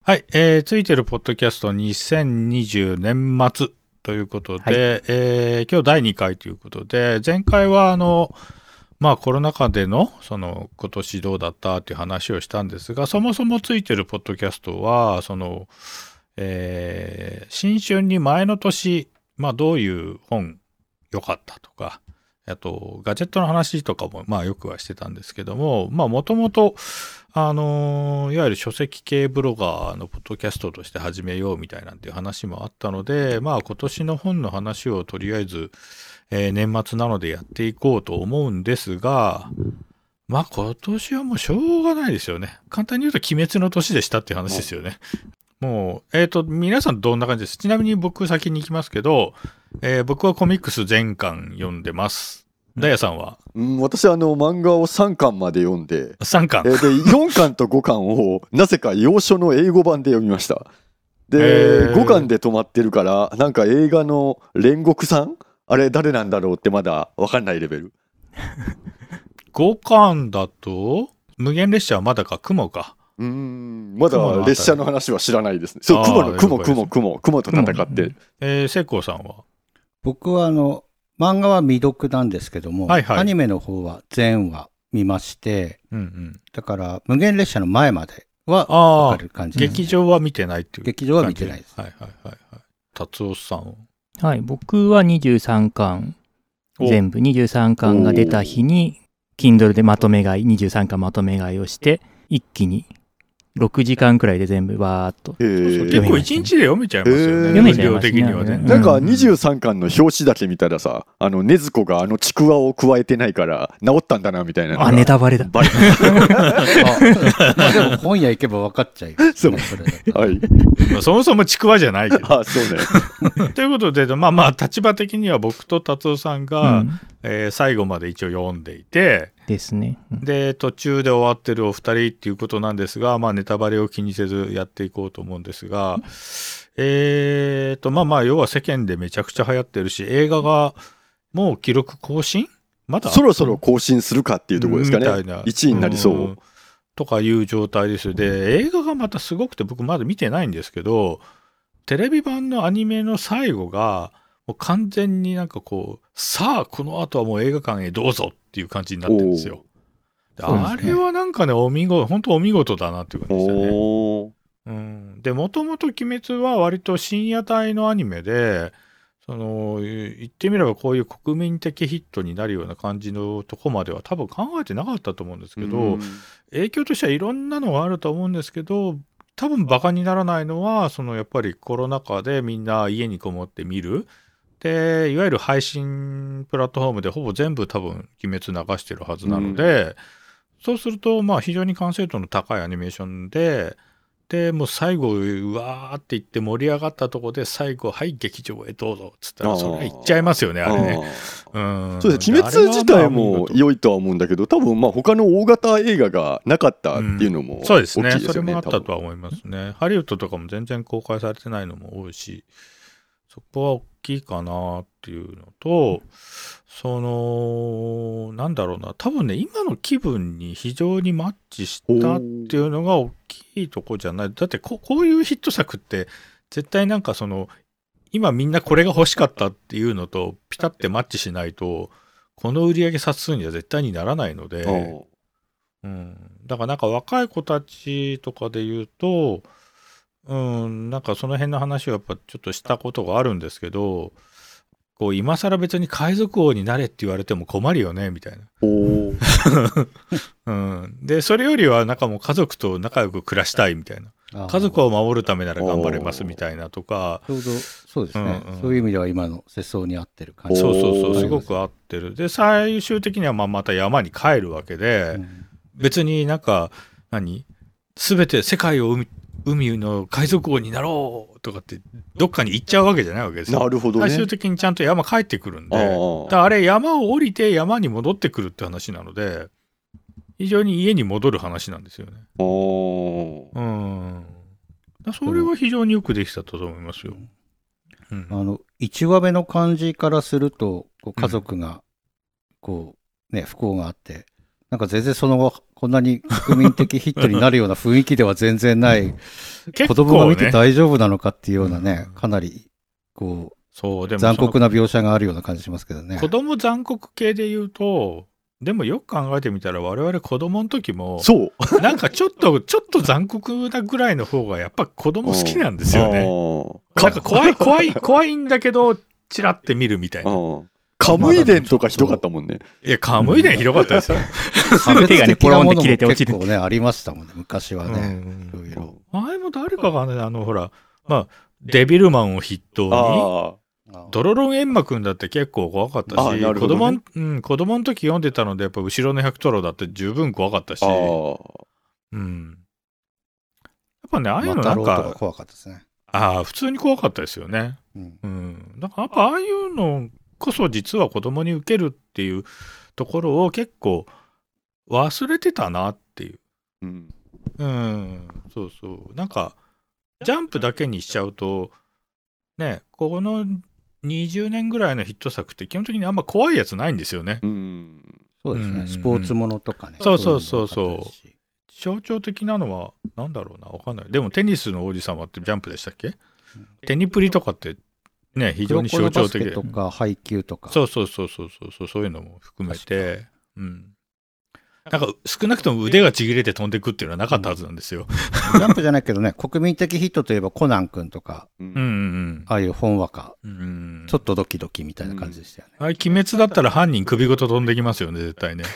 はい、ついてるポッドキャスト2020年末ということで、今日第2回ということで、前回はコロナ禍での今年どうだったっていう話をしたんですが、そもそもついてるポッドキャストは新春に前の年、どういう本良かったとか、あとガジェットの話とかもよくはしてたんですけども、もともといわゆる書籍系ブロガーのポッドキャストとして始めようみたいなんていう話もあったので、今年の本の話をとりあえず、年末なのでやっていこうと思うんですが、今年はもうしょうがないですよね。簡単に言うと鬼滅の年でしたっていう話ですよね。もう、皆さんどんな感じです？ちなみに僕先に行きますけど、僕はコミックス全巻読んでます。ダイヤさんは？ 私は漫画を3巻まで読んで、 3巻、 で4巻と5巻をなぜか洋書の英語版で読みました。で、5巻で止まってるから、なんか映画の煉獄さん、あれ誰なんだろうってまだ分かんないレベル。 5巻だと無限列車はまだか、雲か。 まだ列車の話は知らないですね。そう、雲と戦って。 セイコーさんは？ 僕は漫画は未読なんですけども、アニメの方は全話見まして、だから無限列車の前までは分かる感じです、ね。 劇場は見てないっていう。 劇場は見てないです。 達夫さん。 はい、僕は23巻全部23巻が出た日に Kindle でまとめ買い23巻まとめ買いをして一気に6時間くらいで全部バーっと、 結構1日で読めちゃいますよね。 読めちゃいますね。 なんか23巻の表紙だけ見たらさ、禰豆子がちくわを加えてないから治ったんだなみたいな。 ネタバレだ。バレでも本屋行けば分かっちゃうよ。 そう。はい。 そもそもちくわじゃないけど。 そうね。 ということで、立場的には僕と達夫さんが、最後まで一応読んでいて、 ですね。 で、途中で終わってるお二人っていうことなんですが、ネタバレを気にせずやっていこうと思うんですが、要は世間でめちゃくちゃ流行ってるし、映画がもう記録更新？まだそろそろ更新するかっていうところですかね。1位になりそう。 とかいう状態です。で、映画がまたすごくて僕まだ見てないんですけど、テレビ版のアニメの最後が、もう完全にさあこの後はもう映画館へどうぞっていう感じになってるんですよ。あれはなんかね、本当お見事だなっていう感じですよね。で、もともと鬼滅は割と深夜帯のアニメで、言ってみればこういう国民的ヒットになるような感じのとこまでは多分考えてなかったと思うんですけど、影響としてはいろんなのがあると思うんですけど、多分バカにならないのはやっぱりコロナ禍でみんな家にこもって見る。でいわゆる配信プラットフォームでほぼ全部多分鬼滅流してるはずなので、そうすると非常に完成度の高いアニメーションでもう最後うわーって言って盛り上がったところで最後はい劇場へどうぞっつったらそれは行っちゃいますよね、あれね。 そうです。鬼滅自体も良いとは思うんだけど、多分他の大型映画がなかったっていうのも大きいですよね。 そうですね。それもあったとは思いますね。ハリウッドとかも全然公開されてないのも多いし、そこは大きいかなっていうのと、なんだろうな、多分ね、今の気分に非常にマッチしたっていうのが大きいとこじゃない。だってこういうヒット作って絶対今みんなこれが欲しかったっていうのとピタってマッチしないとこの売上冊数には絶対にならないので、だから若い子たちとかで言うと、その辺の話をやっぱちょっとしたことがあるんですけど、今更別に海賊王になれって言われても困るよねみたいな。でそれよりはもう家族と仲良く暮らしたいみたいな、家族を守るためなら頑張れますみたいなとか、 ちょうどそうですね、そういう意味では今の世相に合ってる感じ。 そうすごく合ってる。で最終的にはまた山に帰るわけで、別に全て世界を海の海賊王になろうとかってどっかに行っちゃうわけじゃないわけですよ。 なるほどね。 最終的にちゃんと山帰ってくるんで、あれ山を降りて山に戻ってくるって話なので、非常に家に戻る話なんですよね。それは非常によくできたと思いますよ。 1話目の感じからすると家族が不幸があってなんか全然その後、こんなに国民的ヒットになるような雰囲気では全然ない。子供が見て大丈夫なのかっていうようなね、かなり、こう、でも残酷な描写があるような感じしますけどね。 子供残酷系で言うと、でもよく考えてみたら我々子供の時も、 そうなんかちょっと残酷なぐらいの方がやっぱ子供好きなんですよね。なんか怖いんだけど、チラって見るみたいな。 カムイ伝とかひどかったもんね。 いや、カムイ伝ひどかったですよ。 手がね、ポロンって切れて落ちる。 結構ね、ありましたもんね、昔はね。 前も誰かがね、ほら、まあ、デビルマンを筆頭に、ドロロンエンマくんだって結構怖かったし、子供の時読んでたので、やっぱ後ろの百太郎だって十分怖かったし、うん。やっぱね、ああいうのなんか、 怖かったですね。 普通に怖かったですよね。だからやっぱああいうのこそ実は子供に受けるっていうところを結構忘れてたなっていう。そうそう。なんか、ジャンプだけにしちゃうと、ね、この20年ぐらいのヒット作って基本的にあんま怖いやつないんですよね。 そうですね。スポーツものとかね。 そう。象徴的なのはなんだろうな、わかんない。でもテニスの王子様ってジャンプでしたっけ？テニプリとかってね、非常に象徴的で。 とか配球とか。 そういうのも含めて、なんか少なくとも腕がちぎれて飛んでいくっていうのはなかったはずなんですよ。 ジャンプじゃないけどね、国民的ヒットといえばコナン君とか、ああいう本話か、ちょっとドキドキみたいな感じでしたよね。 あれ鬼滅だったら犯人首ごと飛んできますよね、絶対ね。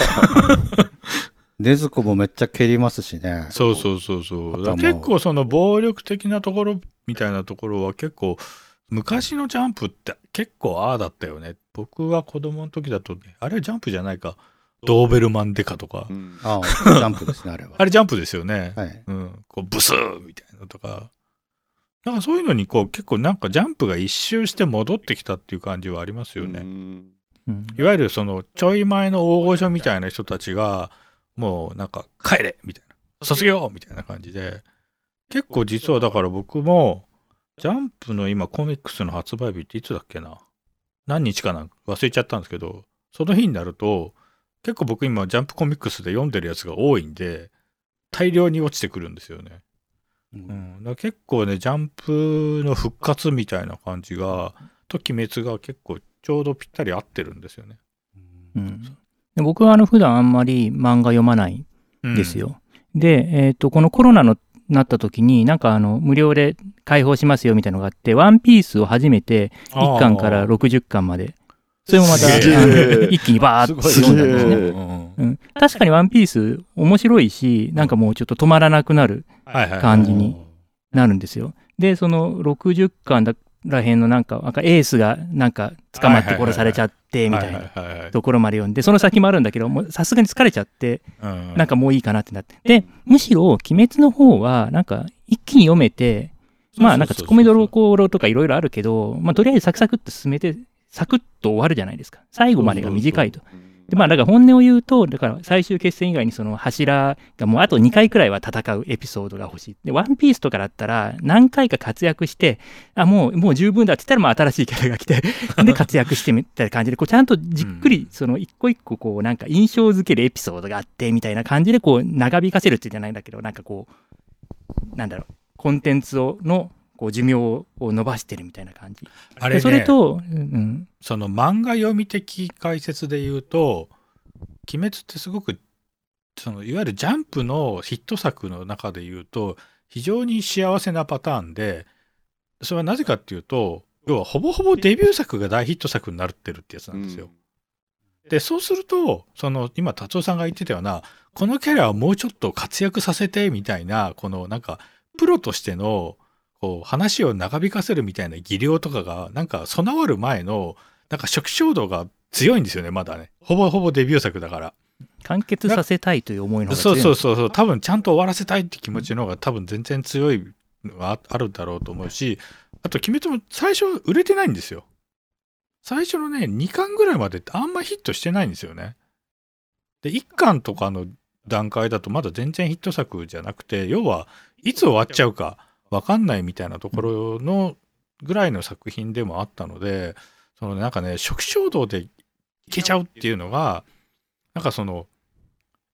禰豆子もめっちゃ蹴りますしね。 そう。結構その暴力的なところみたいなところは結構昔のジャンプって結構ああだったよね。僕は子供の時だと、あれはジャンプじゃないか。ドーベルマンデカとか。 ジャンプですね、あれは。 あれジャンプですよね。 はい。 こうブスーみたいなのとか。なんかそういうのにこう結構なんかジャンプが一周して戻ってきたっていう感じはありますよね。いわゆるそのちょい前の大御所みたいな人たちがもうなんか帰れみたいな。卒業みたいな感じで。結構実はだから僕もジャンプの今コミックスの発売日っていつだっけな。何日かな忘れちゃったんですけど、その日になると結構僕今ジャンプコミックスで読んでるやつが多いんで大量に落ちてくるんですよね。だから結構ねジャンプの復活みたいな感じがと鬼滅が結構ちょうどぴったり合ってるんですよね。 で僕は普段あんまり漫画読まないんですよ。で、このコロナのなった時になんか無料で開放しますよみたいなのがあって、ワンピースを初めて1巻から60巻まで、それもまた一気にバーッと読んだんですね。確かにワンピース面白いし、なんかもうちょっと止まらなくなる感じになるんですよ。で、その60巻らへんのなんかエースがなんか捕まって殺されちゃってみたいなところまで読んで、その先もあるんだけど、さすがに疲れちゃって、なんかもういいかなってなって。で、むしろ鬼滅の方はなんか一気に読めて、まあなんかツッコミどころとかいろいろあるけど、まあとりあえずサクサクっと進めて、サクッと終わるじゃないですか。最後までが短いと。で、まあだから本音を言うと、だから最終決戦以外にその柱がもうあと2回くらいは戦うエピソードが欲しい。で、ワンピースとかだったら何回か活躍して、もう十分だって言ったらまあ新しいキャラが来て、で活躍してみたいな感じで、こうちゃんとじっくりその一個一個こうなんか印象づけるエピソードがあってみたいな感じでこう長引かせるっていうんじゃないんだけど、なんかこう、なんだろう、コンテンツのこう寿命を伸ばしてるみたいな感じ。 あれね、 それと、 その漫画読み的解説で言うと、鬼滅ってすごくそのいわゆるジャンプのヒット作の中で言うと非常に幸せなパターンで、それはなぜかっていうと、要はほぼほぼデビュー作が大ヒット作になってるってやつなんですよ。でそうするとその今達夫さんが言ってたようなこのキャラはもうちょっと活躍させてみたいな、このなんかプロとしてのこう話を長引かせるみたいな技量とかがなんか備わる前のなんか初期衝動が強いんですよね、まだね。ほぼほぼデビュー作だから。 完結させたいという思いの方が強い。そう。多分ちゃんと終わらせたいって気持ちの方が多分全然強いのがあるだろうと思うし、あと鬼滅も最初売れてないんですよ。最初のね、2巻ぐらいまでってあんまヒットしてないんですよね。で、1巻とかの段階だとまだ全然ヒット作じゃなくて、要はいつ終わっちゃうか分かんないみたいなところのぐらいの作品でもあったので、そのなんかね、初期衝動でいけちゃうっていうのがなんかその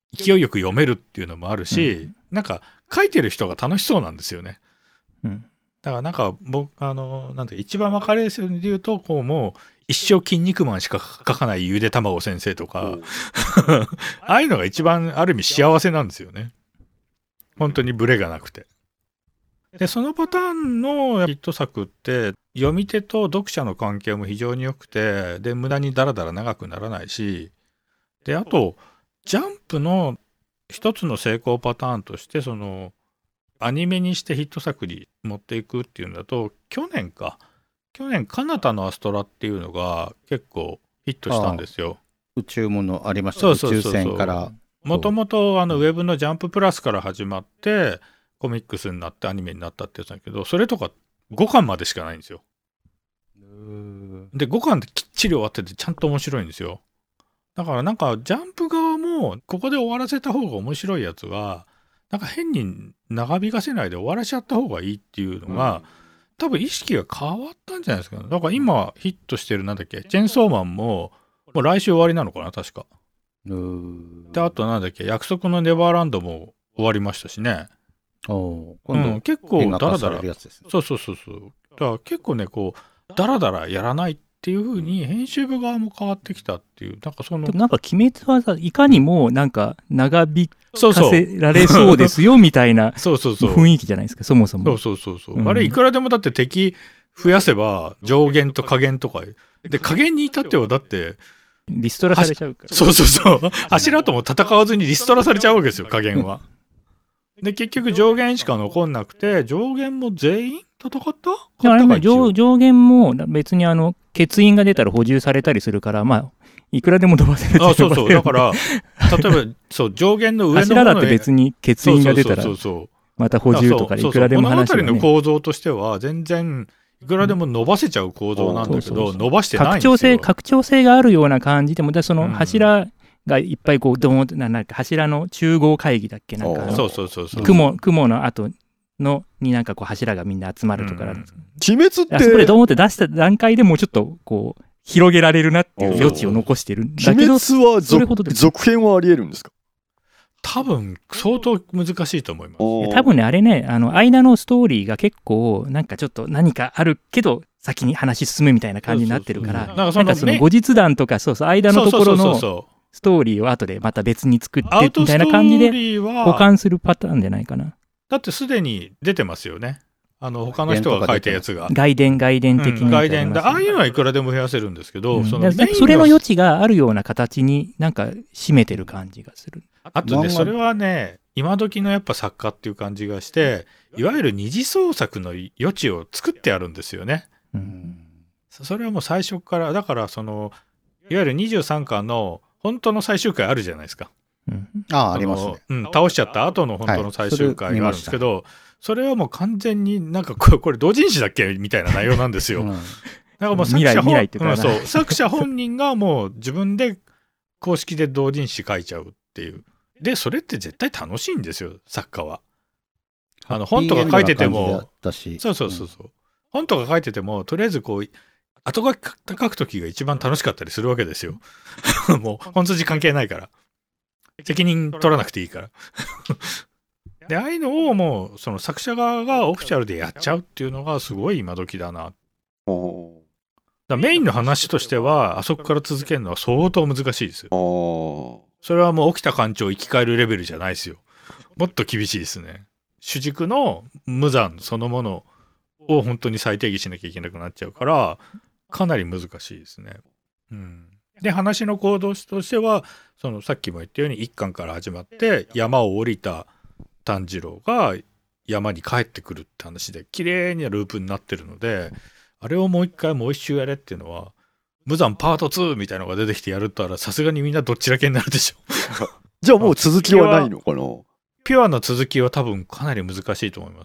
勢いよく読めるっていうのもあるし、なんか書いてる人が楽しそうなんですよね。だからなんか僕なんて一番分かりやすいように言うと、こうもう一生筋肉マンしか書かないゆで卵先生とかああいうのが一番ある意味幸せなんですよね。本当にブレがなくて。でそのパターンのヒット作って読み手と読者の関係も非常に良くて、で無駄にダラダラ長くならないし、であとジャンプの一つの成功パターンとして、そのアニメにしてヒット作に持っていくっていうのだと、去年彼方のアストラっていうのが結構ヒットしたんですよ。 宇宙ものありましたね。宇宙船からもともとウェブのジャンププラスから始まってコミックスになってアニメになったってやつだけど、それとか5巻までしかないんですよ。で5巻できっちり終わっててちゃんと面白いんですよ。だからなんかジャンプ側もここで終わらせた方が面白いやつはなんか変に長引かせないで終わらしちゃった方がいいっていうのが、多分意識が変わったんじゃないですかね。だから今ヒットしてるなんだっけ、チェンソーマンもう来週終わりなのかな確か。であとなんだっけ、約束のネバーランドも終わりましたしね。 今度結構ダラダラ、 そうだから結構ねこうダラダラやらないっていう風に編集部側も変わってきたっていう、なんかそのなんか鬼滅はさ、いかにもなんか長引かせられそうですよみたいな雰囲気じゃないですか、そもそも。 あれいくらでもだって敵増やせば上限と下限とかで、下限に至ってはだってリストラされちゃうから。 柱とも戦わずにリストラされちゃうわけですよ、下限は。で結局上限しか残んなくて、上限も全員戦った？ 上限も別に欠員が出たら補充されたりするから、まあいくらでも飛ばせる。 だから例えば上限の上の柱だって別に欠員が出たらまた補充とかいくらでも話がね。 物語の構造としては全然いくらでも伸ばせちゃう構造なんだけど、伸ばしてないんですよ。 拡張性があるような感じでも、その柱がいっぱいこうなんか柱の中合会議だっけ、なんか雲の後になんかこう柱がみんな集まるとか、 鬼滅ってそこでドーンって出した段階でもうちょっとこう広げられるなっていう余地を残してるんだけど、 鬼滅は続編はありえるんですか？ 多分相当難しいと思います。 多分ね、あれね、間のストーリーが結構なんかちょっと何かあるけど先に話進むみたいな感じになってるから、なんかその後日談とか間のところのストーリーを後でまた別に作ってみたいな感じで保管するパターンじゃないかな。 だってすでに出てますよね。他の人が書いたやつが。 外伝的に。 外伝。ああいうのはいくらでも増やせるんですけど、 それの余地があるような形になんか占めてる感じがする。 あとね、それはね、今時のやっぱ作家っていう感じがして、いわゆる二次創作の余地を作ってあるんですよね。それはもう最初から、だからいわゆる23巻の本当の最終回あるじゃないですか。 ありますね。 倒しちゃった後の本当の最終回があるんですけど、それはもう完全になんかこれ同人誌だっけみたいな内容なんですよ。だからもう作者本人がもう自分で公式で同人誌書いちゃうっていう。でそれって絶対楽しいんですよ、作家は。本とか書いてても本とか書いててもとりあえずこう後書き書く時が一番楽しかったりするわけですよ。もう本筋関係ないから責任取らなくていいから。でああいうのをもうその作者側がオフィシャルでやっちゃうっていうのがすごい今時だな。だメインの話としてはあそこから続けるのは相当難しいですよ。それはもう起きた艦長を生き返るレベルじゃないですよ。もっと厳しいですね。主軸の無残そのものを本当に再定義しなきゃいけなくなっちゃうからかなり難しいですね。で話の行動としてはさっきも言ったように1巻から始まって山を降りた炭治郎が山に帰ってくるって話で綺麗にループになってるので、あれをもう一周やれっていうのは無残パート2みたいなのが出てきてやるとさすがにみんなどっちらけになるでしょ。 じゃあもう続きはないのかな？ ピュアな続きは多分かなり難しいと思います。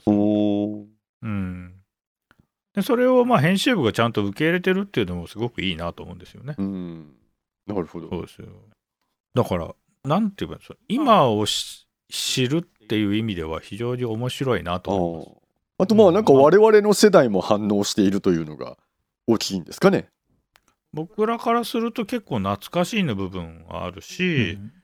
でそれを編集部がちゃんと受け入れてるっていうのもすごくいいなと思うんですよね。 なるほど。 そうですよ。だからなんていうか今を知るっていう意味では非常に面白いなと思います。 あとなんか我々の世代も反応しているというのが大きいんですかね。 僕らからすると結構懐かしいの部分はあるし、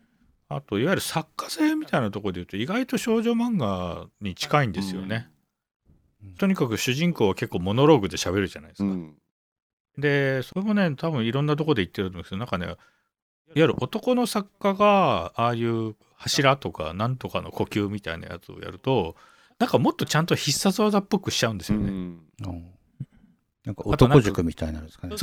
あといわゆる作家性みたいなところで言うと意外と少女漫画に近いんですよね、とにかく主人公は結構モノローグで喋るじゃないですか、でそれもね多分いろんなところで言ってるんですけど、なんかねいわゆる男の作家がああいう柱とかなんとかの呼吸みたいなやつをやるとなんかもっとちゃんと必殺技っぽくしちゃうんですよね、 なんか男塾みたいなんですかね。 そう。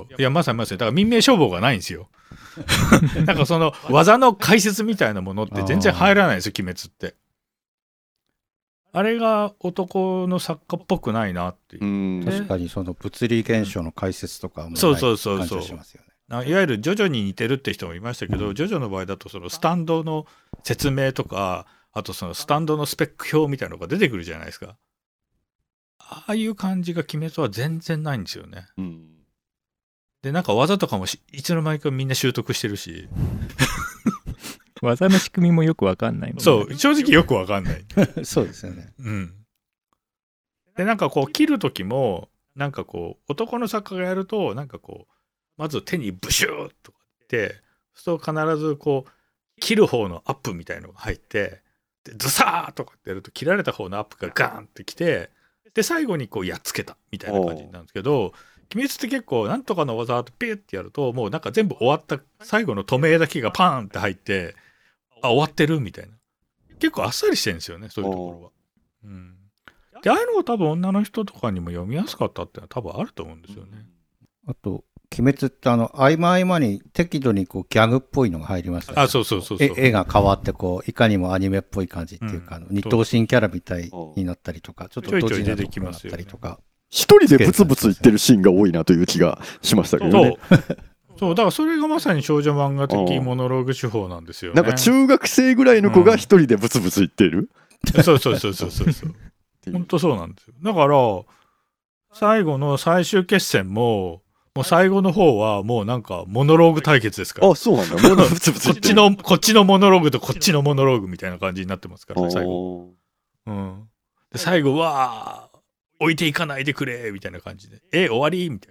いやまさにだから民命消防がないんですよ。なんかその技の解説みたいなものって全然入らないんですよ、鬼滅って。あれが男の作家っぽくないなっていう。 確かにその物理現象の解説とかもない感じがしますよね。 いわゆるジョジョに似てるって人もいましたけど、ジョジョの場合だとそのスタンドの説明とか、あとそのスタンドのスペック表みたいなのが出てくるじゃないですか。ああいう感じが鬼滅は全然ないんですよね。でなんか技とかもいつの間にかみんな習得してるし技の仕組みもよくわかんないもんね。 そう正直よくわかんないそうですよね。 でなんかこう切る時もなんかこう男の作家がやるとなんかこうまず手にブシューとかってそう必ずこう切る方のアップみたいのが入ってでズサーとかってやると切られた方のアップがガーンってきてで最後にこうやっつけたみたいな感じなんですけど、鬼滅って結構なんとかの技とピュッてやるともうなんか全部終わった最後の止めだけがパーンって入って終わってるみたいな結構あっさりしてるんですよね、そういうところは。でああいうのが多分女の人とかにも読みやすかったっていうのは多分あると思うんですよね。 あと鬼滅って合間合間に適度にこうギャグっぽいのが入りましたね。 そう絵が変わってこういかにもアニメっぽい感じっていうか、二頭身キャラみたいになったりとか、ちょっとドジなところになったりとか、 一人でブツブツ言ってるシーンが多いなという気がしましたけどね。 そうだからそれがまさに少女漫画的モノローグ手法なんですよね。 なんか中学生ぐらいの子が一人でブツブツ言ってる、 そう本当そうなんですよ。だから最後の最終決戦もう最後の方はもうなんかモノローグ対決ですから。 そうなんだ。モノブツブツこっちのモノローグとこっちのモノローグみたいな感じになってますからね、最後。で最後は置いていかないでくれみたいな感じで終わりみたい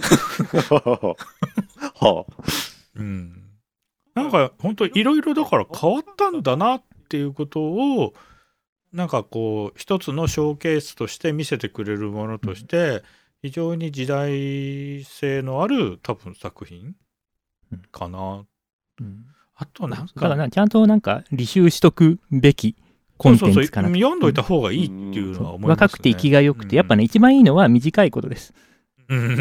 な。なんか本当いろいろだから変わったんだなっていうことをなんかこう一つのショーケースとして見せてくれるものとして、非常に時代性のある多分作品かな、あとなんかだからちゃんとなんか履修しとくべきコンテンツかな。 読んどいた方がいいっていうのは思いますね。 若くて生きが良くて、やっぱね一番いいのは短いことです。 そうもう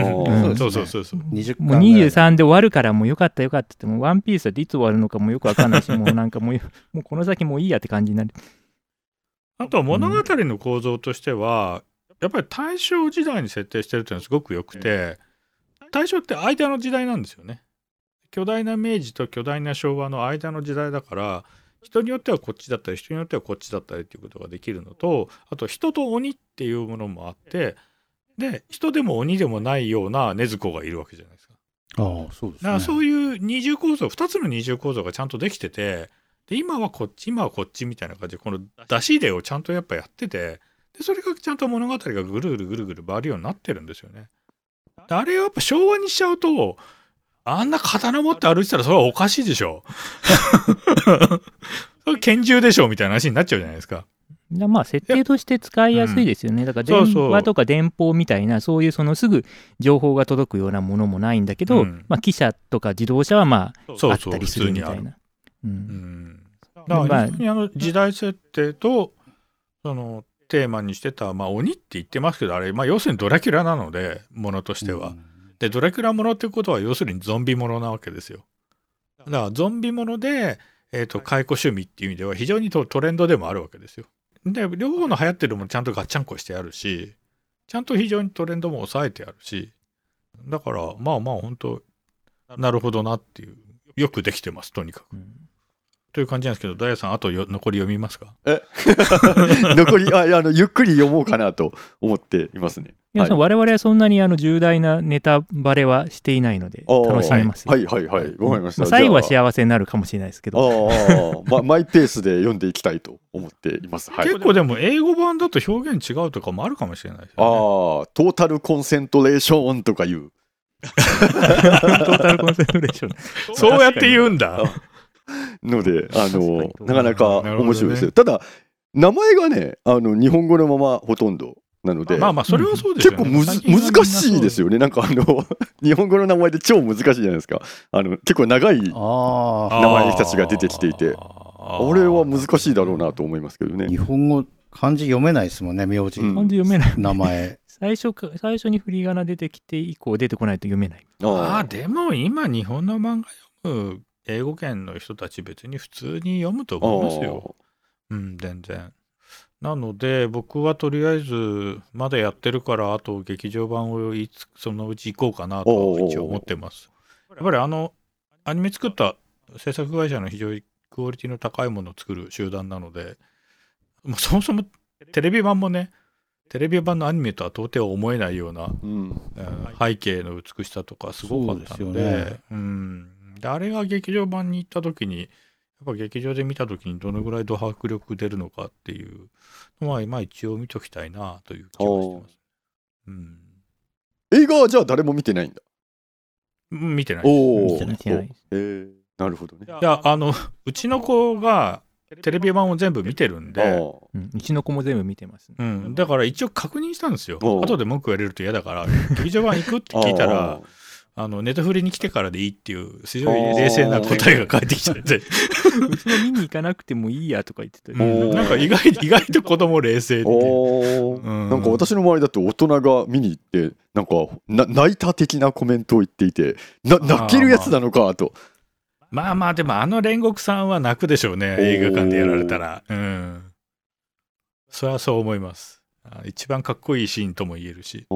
23で終わるからもうよかったってもうワンピースだっていつ終わるのかもよくわかんないしもうなんかもうこの先もういいやって感じになる。 あとは物語の構造としては、やっぱり大正時代に設定してるっていうのはすごく良くて、大正って間の時代なんですよね。巨大な明治と巨大な昭和の間の時代だから、人によってはこっちだったり人によってはこっちだったりっていうことができるのと、あと人と鬼っていうものもあって、で人でも鬼でもないような禰豆子がいるわけじゃないですか。 そうですね。 だからそういう二重構造、2つの二重構造がちゃんとできてて、で今はこっち今はこっちみたいな感じでこの出し入れをちゃんとやっぱやってて、でそれがちゃんと物語がぐるぐる回るようになってるんですよね。あれをやっぱ昭和にしちゃうと、あんな刀持って歩いてたらそれはおかしいでしょそれ拳銃でしょみたいな話になっちゃうじゃないですか。 まあ設定として使いやすいですよね。だから電話とか電報みたいなそういうそのすぐ情報が届くようなものもないんだけど、まあ汽車とか自動車はまああったりするみたいな。 だから非常に時代設定とそのテーマにしてた、まあ鬼って言ってますけど、あれ、まあ、要するにドラキュラなのでものとしては、でドラキュラものってことは要するにゾンビものなわけですよ。だからゾンビもので解雇趣味っていう意味では非常にトレンドでもあるわけですよ。で両方の流行ってるものちゃんとガッチャンコしてあるし、ちゃんと非常にトレンドも抑えてあるし、だからまあ本当なるほどなっていう、よくできてますとにかく、という感じなんですけど、ダイヤさんあと残り読みますか？ 残りゆっくり読もうかなと思っていますね。 我々はそんなに重大なネタバレはしていないので楽しめますよ。 はいわかりました。 最後は幸せになるかもしれないですけどマイペースで読んでいきたいと思っています。 結構でも英語版だと表現違うとかもあるかもしれないですよね。 トータルコンセントレーションとか言うトータルコンセントレーションそうやって言うんだ。 のでなかなか面白いですよ、 ね、 ただ名前がね日本語のままほとんどなので、 まあそれはそうですよね。 結構難しいですよね。なんか日本語の名前で超難しいじゃないですか。結構長い名前たちが出てきていて、あれは難しいだろうなと思いますけどね。 日本語漢字読めないですもんね、名字、 漢字読めない名前最初に振り仮名出てきて以降出てこないと読めない。 でも今日本の漫画読む英語圏の人たち別に普通に読むと思いますよ。全然。なので僕はとりあえずまだやってるからあと劇場版をそのうち行こうかなと一応思ってます。やっぱりアニメ作った制作会社の非常にクオリティの高いものを作る集団なので、もうそもそもテレビ版もね、テレビ版のアニメとは到底思えないような、背景の美しさとかすごかったので、であれが劇場版に行った時にやっぱ劇場で見た時にどのぐらいド迫力出るのかっていうのは今一応見ときたいなという気がしてます。 映画はじゃあ誰も見てないんだ。 見てないです。 見てないです。 なるほどね。 いやうちの子がテレビ版を全部見てるんで、 うちの子も全部見てます、 だから一応確認したんですよ。後で文句言われると嫌だから劇場版行くって聞いたらネタフリに来てからでいいっていう非常に冷静な答えが返ってきちゃってうちも見に行かなくてもいいやとか言ってた、 なんか意外と子供冷静で、 なんか私の周りだと大人が見に行ってなんか泣いた的なコメントを言っていて泣けるやつなのかと。 まあでも煉獄さんは泣くでしょうね、映画館でやられたら。それはそう思います。一番かっこいいシーンとも言えるし。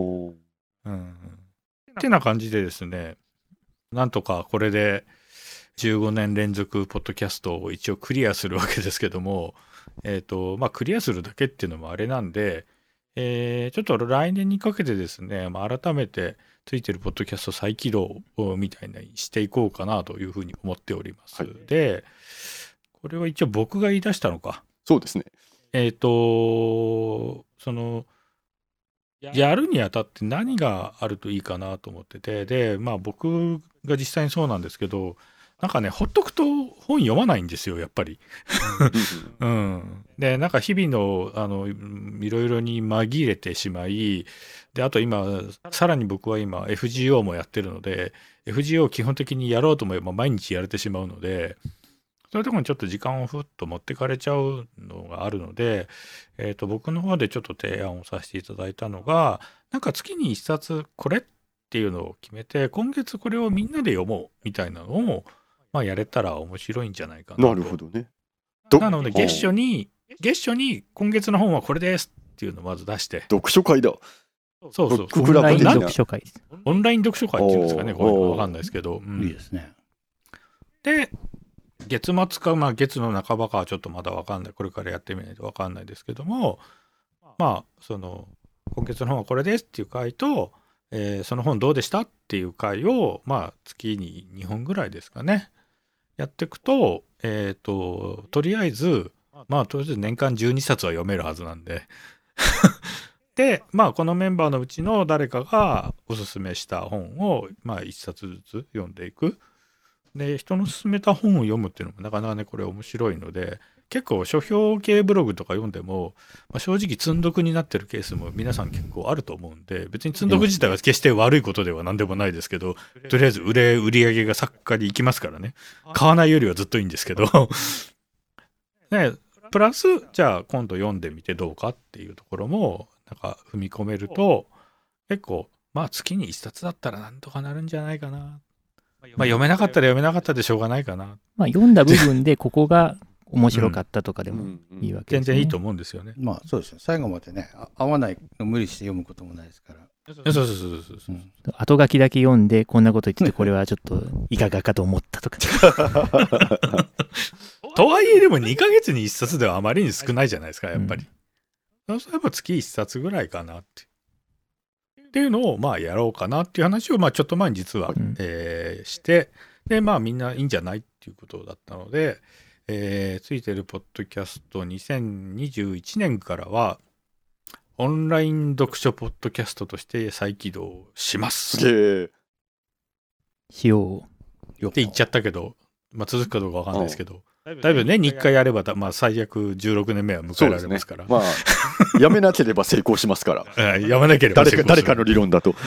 ってな感じでですね、なんとかこれで15年連続ポッドキャストを一応クリアするわけですけども、クリアするだけっていうのもあれなんで、ちょっと来年にかけてですね、改めてついてるポッドキャスト再起動みたいにしていこうかなというふうに思っております。で、これは一応僕が言い出したのか。 そうですね。 やるにあたって何があるといいかなと思ってて、で僕が実際にそうなんですけど、なんかねほっとくと本読まないんですよやっぱり。でなんか日々のいろいろに紛れてしまい、であと今さらに僕は今 FGO もやってるので FGO を基本的にやろうと思えば毎日やれてしまうので、そういうところにちょっと時間をふっと持ってかれちゃうのがあるので、僕の方でちょっと提案をさせていただいたのが、なんか月に一冊これっていうのを決めて、今月これをみんなで読もうみたいなのを、やれたら面白いんじゃないかなと。 なるほどね。 なので月初に今月の本はこれですっていうのをまず出して。 読書会だ。 そう。 オンライン読書会です。 オンライン読書会っていうんですかね、これわかんないですけど。 いいですね。 で、月末か、月の半ばかはちょっとまだ分かんない。これからやってみないと分かんないですけども、今月の本はこれですっていう回と、その本どうでしたっていう回を、月に2本ぐらいですかね。やっていくと、とりあえず年間12冊は読めるはずなんで。で、このメンバーのうちの誰かがおすすめした本を、1冊ずつ読んでいく。で人の勧めた本を読むっていうのもなかなかねこれ面白いので、結構書評系ブログとか読んでも、正直積んどくになってるケースも皆さん結構あると思うんで、別に積んどく自体は決して悪いことでは何でもないですけど、とりあえず売り上げが作家に行きますからね、買わないよりはずっといいんですけどね、プラスじゃあ今度読んでみてどうかっていうところもなんか踏み込めると、結構月に1冊だったらなんとかなるんじゃないかな。読めなかったら読めなかったでしょうがないかな。 読んだ部分でここが面白かったとかでもいいわけですね。 全然いいと思うんですよね。 そうですね。最後までね、合わないの無理して読むこともないですから。 そう。 後書きだけ読んでこんなこと言っててこれはちょっといかがかと思ったとか。 とはいえでも2ヶ月に1冊ではあまりに少ないじゃないですかやっぱり。そうすれば月1冊ぐらいかなっていうのをやろうかなっていう話をちょっと前に実は、して、でみんないいんじゃないっていうことだったので、ついてるポッドキャスト2021年からはオンライン読書ポッドキャストとして再起動します。 すげえ。 しようって言っちゃったけどまあ、続くかどうかわかんないですけど、だいぶ年に1回やれば、まあ、最悪16年目は迎えられますから。 まあ、やめなければ成功しますから。 やめなければ成功する。 誰かの理論だと。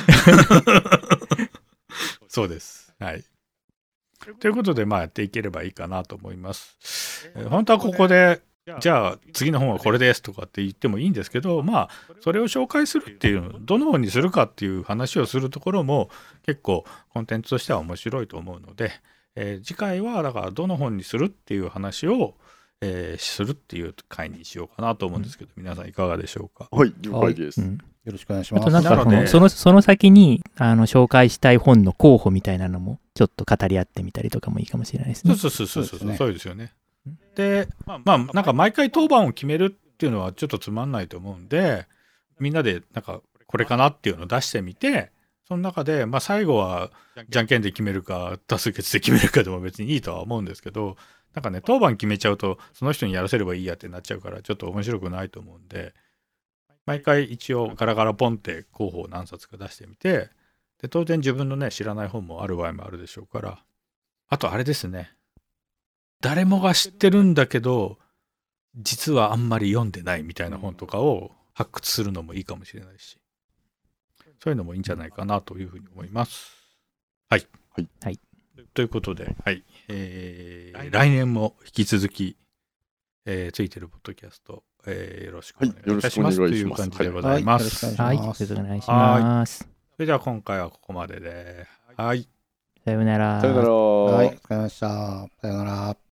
そうです。はい。ということで、まあ、やっていければいいかなと思います。本当はここで、じゃあ次の本はこれですとかって言ってもいいんですけど、まあそれを紹介するっていう、どの本にするかっていう話をするところも結構コンテンツとしては面白いと思うので、次回はだからどの本にするっていう話を、するっていう回にしようかなと思うんですけど、皆さんいかがでしょうか。 はい、了解です。 よろしくお願いします。 あとなんかその先に紹介したい本の候補みたいなのもちょっと語り合ってみたりとかもいいかもしれないですね。 そうですよね。で、まあなんか毎回当番を決めるっていうのはちょっとつまんないと思うんで、みんなでなんかこれかなっていうのを出してみて、その中でまあ最後はじゃんけんで決めるか多数決で決めるかでも別にいいとは思うんですけど、なんかね当番決めちゃうとその人にやらせればいいやってなっちゃうからちょっと面白くないと思うんで、毎回一応ガラガラポンって候補を何冊か出してみて、で当然自分のね知らない本もある場合もあるでしょうから、あとあれですね、誰もが知ってるんだけど実はあんまり読んでないみたいな本とかを発掘するのもいいかもしれないし、そういうのもいいんじゃないかなというふうに思います。はい、 はい、 ということで、はい、来年も引き続き、ついてるポッドキャスト、よろしくお願いいたします、という感じでございます。 はい、よろしくお願いします。 それでは今回はここまでで、はい、 さようなら。 さようなら。 はい、お疲れ様でした。さようなら。